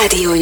Rádió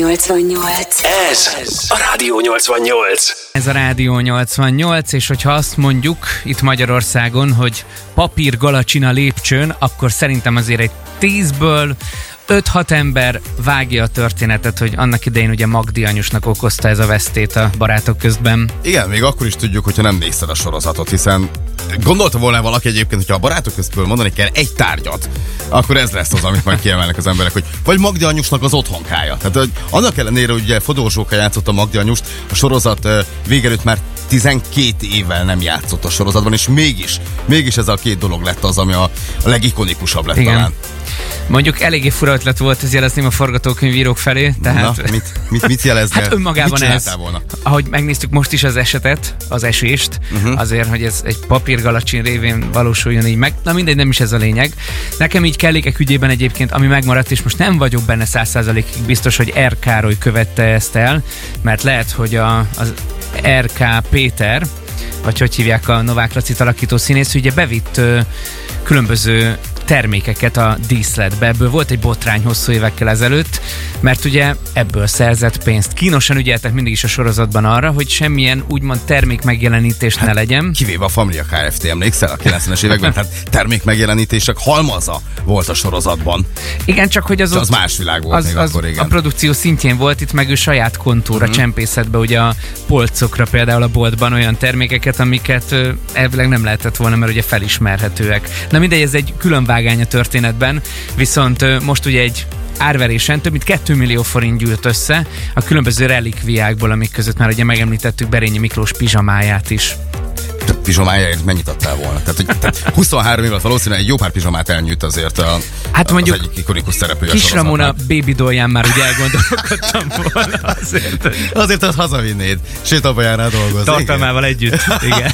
88. Ez a Rádió 88. Ez a Rádió 88, és hogyha azt mondjuk itt Magyarországon, hogy papír galacsina lépcsőn, akkor szerintem azért egy 10-ből 5-6 ember vágja a történetet, hogy annak idején ugye Magdi anyusnak okozta ez a vesztét a barátok közben. Igen, még akkor is tudjuk, hogyha nem nézted a sorozatot, hiszen gondolta volna valaki egyébként, hogyha a barátok közből mondani kell egy tárgyat, akkor ez lesz az, amit majd kiemelnek az emberek, hogy vagy Magdi anyusnak az otthonkája. Tehát hogy annak ellenére, hogy ugye Fodor Zsóka játszott a Magdi anyust, a sorozat végelőtt már 12 évvel nem játszott a sorozatban, és mégis ez a két dolog lett az, ami a legikonikusabb lett. Igen. Talán. Mondjuk eléggé fura ötlet volt, ez jelezném a forgatókönyvírók felé. Tehát... Na, mit jelezne? Hát önmagában ez, volna? Ahogy megnéztük most is az esetet, az esést, azért, hogy ez egy papírgalacsin révén valósuljon így meg. Na mindegy, nem is ez a lényeg. Nekem így kellékek ügyében egyébként, ami megmaradt, és most nem vagyok benne 100%-ig biztos, hogy R. Károly követte ezt el, mert lehet, hogy az R.K. Péter, vagy hogy hívják a Novák Lacit alakító színész, ugye bevitt különböző termékeket a díszletbe. Ebből volt egy botrány hosszú évekkel ezelőtt, mert ugye ebből szerzett pénzt. Kínosan ügyeltek mindig is a sorozatban arra, hogy semmilyen úgymond termék megjelenítést ne legyen. Kivéve a Família Kft. Emlékszel a 90-es években? Tehát termék megjelenítések halmaza volt a sorozatban. Igen, csak hogy az más világ volt még akkor, igen. A produkció szintjén volt, itt meg ő saját kontúra csempészett be ugye a polcokra, például a boltban olyan termékeket, amiket elvileg nem lehetett volna, mert ugye felismerhetőek. Na mindegy, ez egy külön vágány a történetben, viszont most ugye egy árverésen több mint 2 millió forint gyűlt össze a különböző relikviákból, amik között már ugye megemlítettük Berényi Miklós pizsamáját is. Pizsamájáért mennyit adtál volna? Tehát 23 év alatt valószínűleg egy jó pár pizsamát elnyújt azért hát mondjuk az egyik ikonikus szereplője. Kis Ramona baby dollján már ugye elgondolkodtam volna azért azt hazavinnéd. Sétálba járnál dolgozni. Tartalmával együtt, igen.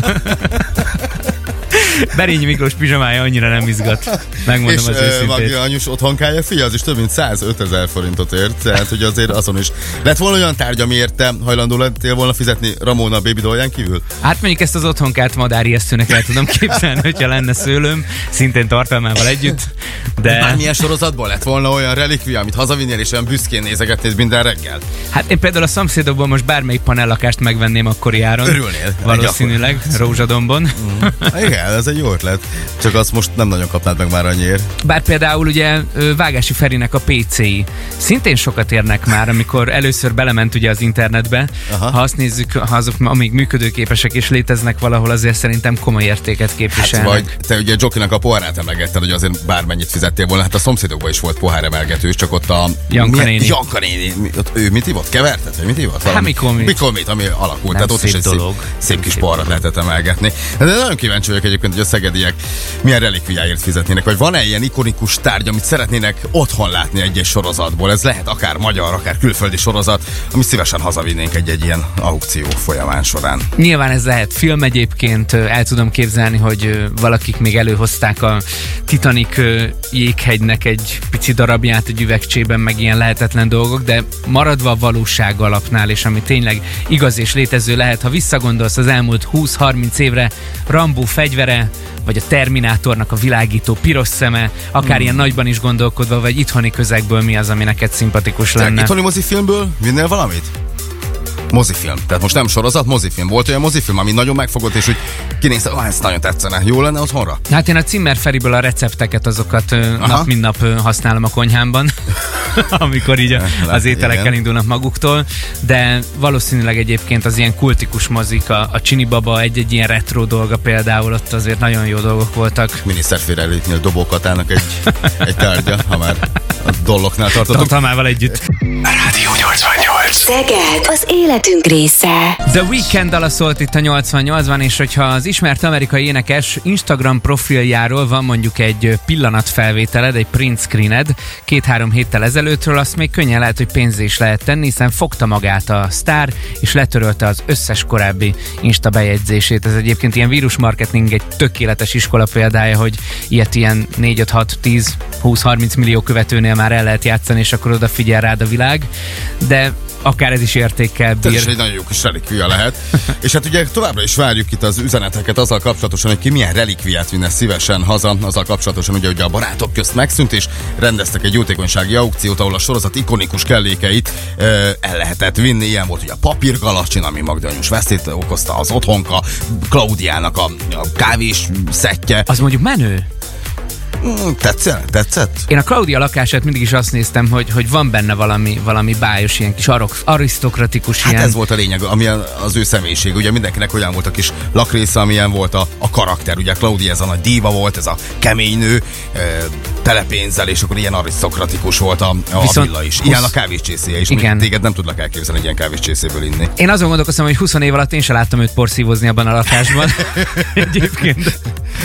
Berényi Miklós pizsamája annyira nem izgat. Megmondom az őszintét. És Magdi anyus otthonkája, fia, az is több mint 105 000 forintot ért. Tehát, hogy azért azon is lett volna olyan tárgy, amiért te hajlandó lettél volna fizetni Ramona baby dollján kívül? Hát mondjuk ezt az otthonkát madárijesztőnek el tudom képzelni, hogyha lenne szőlőm, szintén tartalmával együtt. De bármilyen sorozatban lett volna olyan relikvia, amit hazavinnél és olyan büszkén nézegetnéd minden reggel? Hát én például a szomszédokból most bármelyik panellakást megvenném akkori áron. Örülnél? Valószínűleg, Rózsadombon. Igen, ez egy jó ötlet. Csak azt most nem nagyon kapnád meg már annyiért. Bár például ugye Vágási Ferinek a PC-i szintén sokat érnek már, amikor először belement ugye az internetbe. Aha. Ha azt nézzük, ha azok amíg működőképesek és léteznek valahol, azért szerintem komoly értéket képviselnek. Hát vagy te ugye Jokinak a pohárát emlegetted, hogy azért bármennyit fizettél volna. Hát a szomszédokban is volt poháremelgetős, csak ott a Janka néni. Ő mit ivott? Kevertet? Vagy mit ivott? Hát Mikolmit, ami alakult. Tehát ott is egy szép kis poharat lehetett emelgetni. De nagyon kíváncsi vagyok egyébként, hogy a szegediek milyen relikviáért fizetnének, vagy van-e ilyen ikonikus tárgy, amit szeretnének otthon látni egy sorozatból? Ez lehet akár magyar, akár külföldi sorozat, amit szívesen hazavinnénk egy ilyen aukció folyamán során. Nyilván ez lehet film egyébként, el tudom képzelni, hogy valakik még előhozták a Titanic jéghegynek egy pici darabját egy üvegcsében, meg ilyen lehetetlen dolgok, de maradva a valóság alapnál, és ami tényleg igaz és létező lehet, ha visszagondolsz az elmúlt 20-30 évre, Rambo fegyvere, vagy a Terminátornak a világító piros szeme, akár ilyen nagyban is gondolkodva, vagy itthoni közegből mi az, ami neked szimpatikus lenne. Itthoni mozifilmből vinnél valamit? Mozifilm. Tehát most nem sorozat, mozifilm. Volt olyan mozifilm, ami nagyon megfogott, és úgy kinézte, ez nagyon tetszene. Jó lenne otthonra? Hát én a Zimmer Feriből a recepteket, azokat nap mint nap használom a konyhámban, amikor így az ételek elindulnak maguktól, de valószínűleg egyébként az ilyen kultikus mozik, a Csini Baba egy ilyen retro dolga például, ott azért nagyon jó dolgok voltak. Miniszterfélelőknél Dobókatának egy tárgya, ha már a dolloknál tartottuk. Tartalmával együtt. Rádió 88. Szeged, az életünk része. The Weeknd-dal szólt itt a 88-ban, és hogyha az ismert amerikai énekes Instagram profiljáról van mondjuk egy pillanatfelvételed, egy print screened 2-3 héttel ezelőttről, azt még könnyen lehet, hogy pénzé is lehet tenni, hiszen fogta magát a sztár, és letörölte az összes korábbi Insta bejegyzését. Ez egyébként ilyen vírusmarketing egy tökéletes iskola példája, hogy ilyet ilyen 4-5-6-10-20-30 millió követőnél már el lehet játszani, és akkor odafigyel rád a világ. De akár ez is értékkel Ez bír. is egy nagyon jó kis relikvia lehet. És hát ugye továbbra is várjuk itt az üzeneteket azzal kapcsolatosan, hogy ki milyen relikviát vinne szívesen haza, azzal kapcsolatosan ugye a barátok közt megszűnt, és rendeztek egy jótékonysági aukciót, ahol a sorozat ikonikus kellékeit el lehetett vinni. Ilyen volt ugye a papírgalacsin, ami magdalanyos veszélyt okozta, az otthonka, Klaudiának a kávés szettje. Az mondjuk menő. Tetszett? Én a Claudia lakását mindig is azt néztem, hogy van benne valami bájos, ilyen kis arisztokratikus Hát ilyen. ez volt a lényeg, ami az ő személyiség. Ugye mindenkinek olyan volt a kis lakrésze, amilyen volt a karakter. Ugye Claudia ez a nagy díva volt, ez a kemény nő, telepénzzel, és akkor ilyen arisztokratikus volt a villa is. Ilyen a kávéscsészéje is. Igen. Téged nem tudlak elképzelni, hogy ilyen kávéscsészéből inni. Én azon gondolkoztam, hogy 20 év alatt én se láttam őt porszívozni abban a lakásban. Egyébként.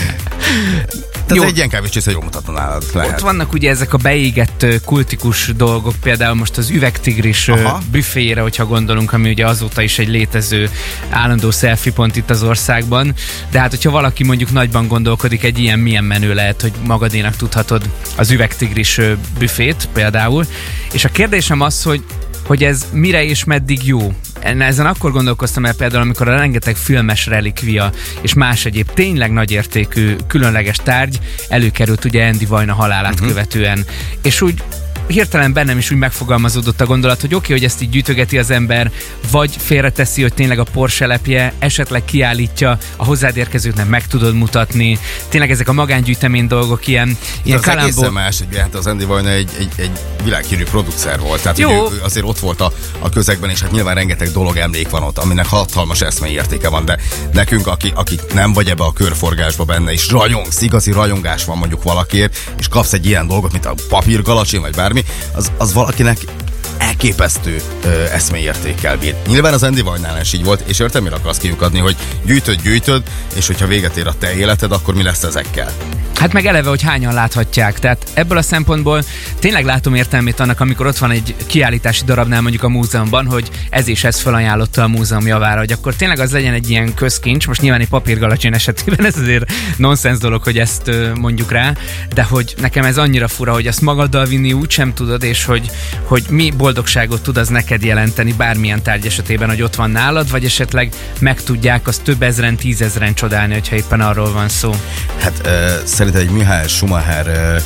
Tehát egy ilyen kávéscsésze jól mutatna nálad lehet. Ott vannak ugye ezek a beégett kultikus dolgok, például most az üvegtigris büféjére, hogyha gondolunk, ami ugye azóta is egy létező állandó selfie pont itt az országban, de hát hogyha valaki mondjuk nagyban gondolkodik, egy ilyen milyen menő lehet, hogy magadénak tudhatod az üvegtigris büfét például, és a kérdésem az, hogy ez mire és meddig jó. Ezen akkor gondolkoztam el például, amikor a rengeteg filmes relikvia és más egyéb tényleg nagyértékű, különleges tárgy előkerült ugye Andy Vajna halálát követően. És úgy hirtelen bennem is úgy megfogalmazódott a gondolat, hogy oké, hogy ezt így gyűjtögeti az ember, vagy félreteszi, hogy tényleg a porselepje, esetleg kiállítja, a hozzád érkezőknek meg tudod mutatni. Tényleg ezek a magángyűjtemény dolgok, ilyen az egészen más, hát az Andy Vajna egy világhírű producer volt, tehát ő azért ott volt a közegben, és hát nyilván rengeteg dolog emlék van ott, aminek hatalmas eszmei értéke van, de nekünk, akik nem vagy ebbe a körforgásba benne, és rajongsz, igazi rajongás van mondjuk valakiért, és kapsz egy ilyen dolgot, mint a papírgalacsin, vagy bármi, az valakinek elképesztő eszmei értékkel bír. Nyilván az Andy Vajnál is így volt, és értem, mire akarsz kiukadni, hogy gyűjtöd, és hogyha véget ér a te életed, akkor mi lesz ezekkel? Hát meg eleve, hogy hányan láthatják. Tehát ebből a szempontból tényleg látom értelmét annak, amikor ott van egy kiállítási darabnál mondjuk a múzeumban, hogy ez és ez felajánlotta a múzeum javára, hogy akkor tényleg az legyen egy ilyen közkincs. Most nyilván egy papírgalacsin esetében ez azért nonsens dolog, hogy ezt mondjuk rá, de hogy nekem ez annyira fura, hogy azt magaddal vinni úgy sem tudod, és hogy mi boldogságot tud az neked jelenteni bármilyen tárgy esetében, hogy ott van nálad, vagy esetleg meg tudják azt több ezren, 10 000 csodálni, hogyha éppen arról van szó. Hát szerintem egy Michael Schumacher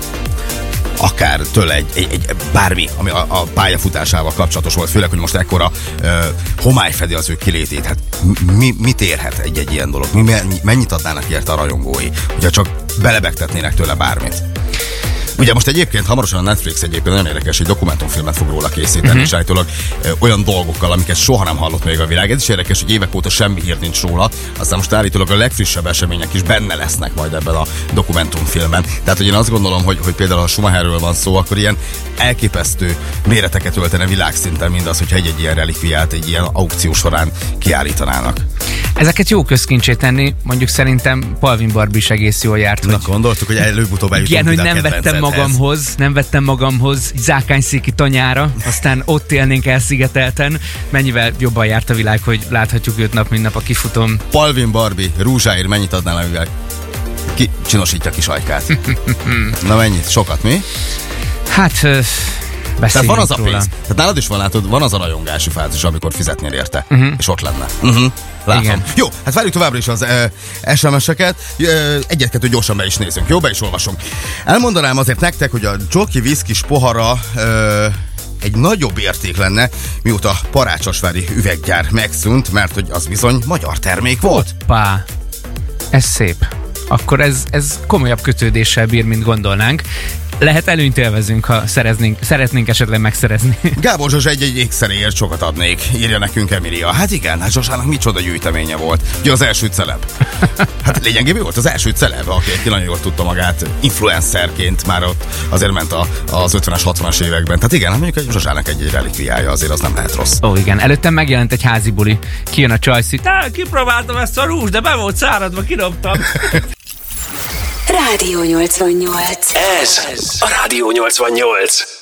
akár tőle egy bármi, ami a pályafutásával kapcsolatos volt, főleg, hogy most ekkora homály fedi az ő kilétét. Hát mit érhet egy ilyen dolog? Mennyit adnának érte a rajongói, hogyha csak belebegtetnének tőle bármit? Ugye most egyébként hamarosan a Netflix egyébként nagyon érdekes, egy dokumentumfilmet fog róla készíteni, és állítólag olyan dolgokkal, amiket soha nem hallott még a világ. Ez is érdekes, hogy évek óta semmi hír nincs róla, aztán most állítólag a legfrissebb események is benne lesznek majd ebben a dokumentumfilmben. Tehát, hogy én azt gondolom, hogy például ha Schumacherről van szó, akkor ilyen elképesztő méreteket öltene világszinten mindaz, hogyha egy ilyen relikviát egy ilyen aukció során kiállítanának. Ezeket jó közkincsé tenni, mondjuk szerintem Palvin Barbie is egész jól járt. Na, gondoltuk, hogy előbb-utóbb eljutunk. Igen, hogy nem vettem magamhoz zákányszéki tanyára, aztán ott élnénk elszigetelten. Mennyivel jobban járt a világ, hogy láthatjuk őt nap, mint nap a kifutón. Palvin Barbie, rúzsáért mennyit adnál, amivel csinosítja kis ajkát? Na mennyit? Sokat, mi? Hát... Tehát van az a pénz. Tehát nálad is van, látod, van az a rajongási fázis, amikor fizetnél érte, és ott lenne. Látom. Igen. Jó, hát várjuk továbbra is az SMS-eket. Egyet-kettő gyorsan be is nézünk. Jó, be is olvasunk. Elmondanám azért nektek, hogy a Jockey viszkis pohara egy nagyobb érték lenne, mióta Parácsosvári üveggyár megszűnt, mert hogy az bizony magyar termék volt. Hoppá, ez szép. Akkor ez komolyabb kötődéssel bír, mint gondolnánk. Lehet előnyt élvezünk, ha szeretnénk esetleg megszerezni. Gábor Zsuzsa egy ékszeréért sokat adnék, írja nekünk Emilia. Hát igen, hát Zsuzsának micsoda gyűjteménye volt. Ugye az első celeb. Hát lényegében volt az első celeb, aki nagyon jól tudta magát influencerként, már ott azért ment az 50-es, 60-as években. Tehát igen, hát mondjuk Zsuzsának egy relikviája, azért az nem lehet rossz. Ó, igen, előttem megjelent egy házi buli. Kijön a csajszi. Kipróbáltam ezt a rúst, de be volt száradva, kidobtam. Rádió 88. Ez a Rádió 88.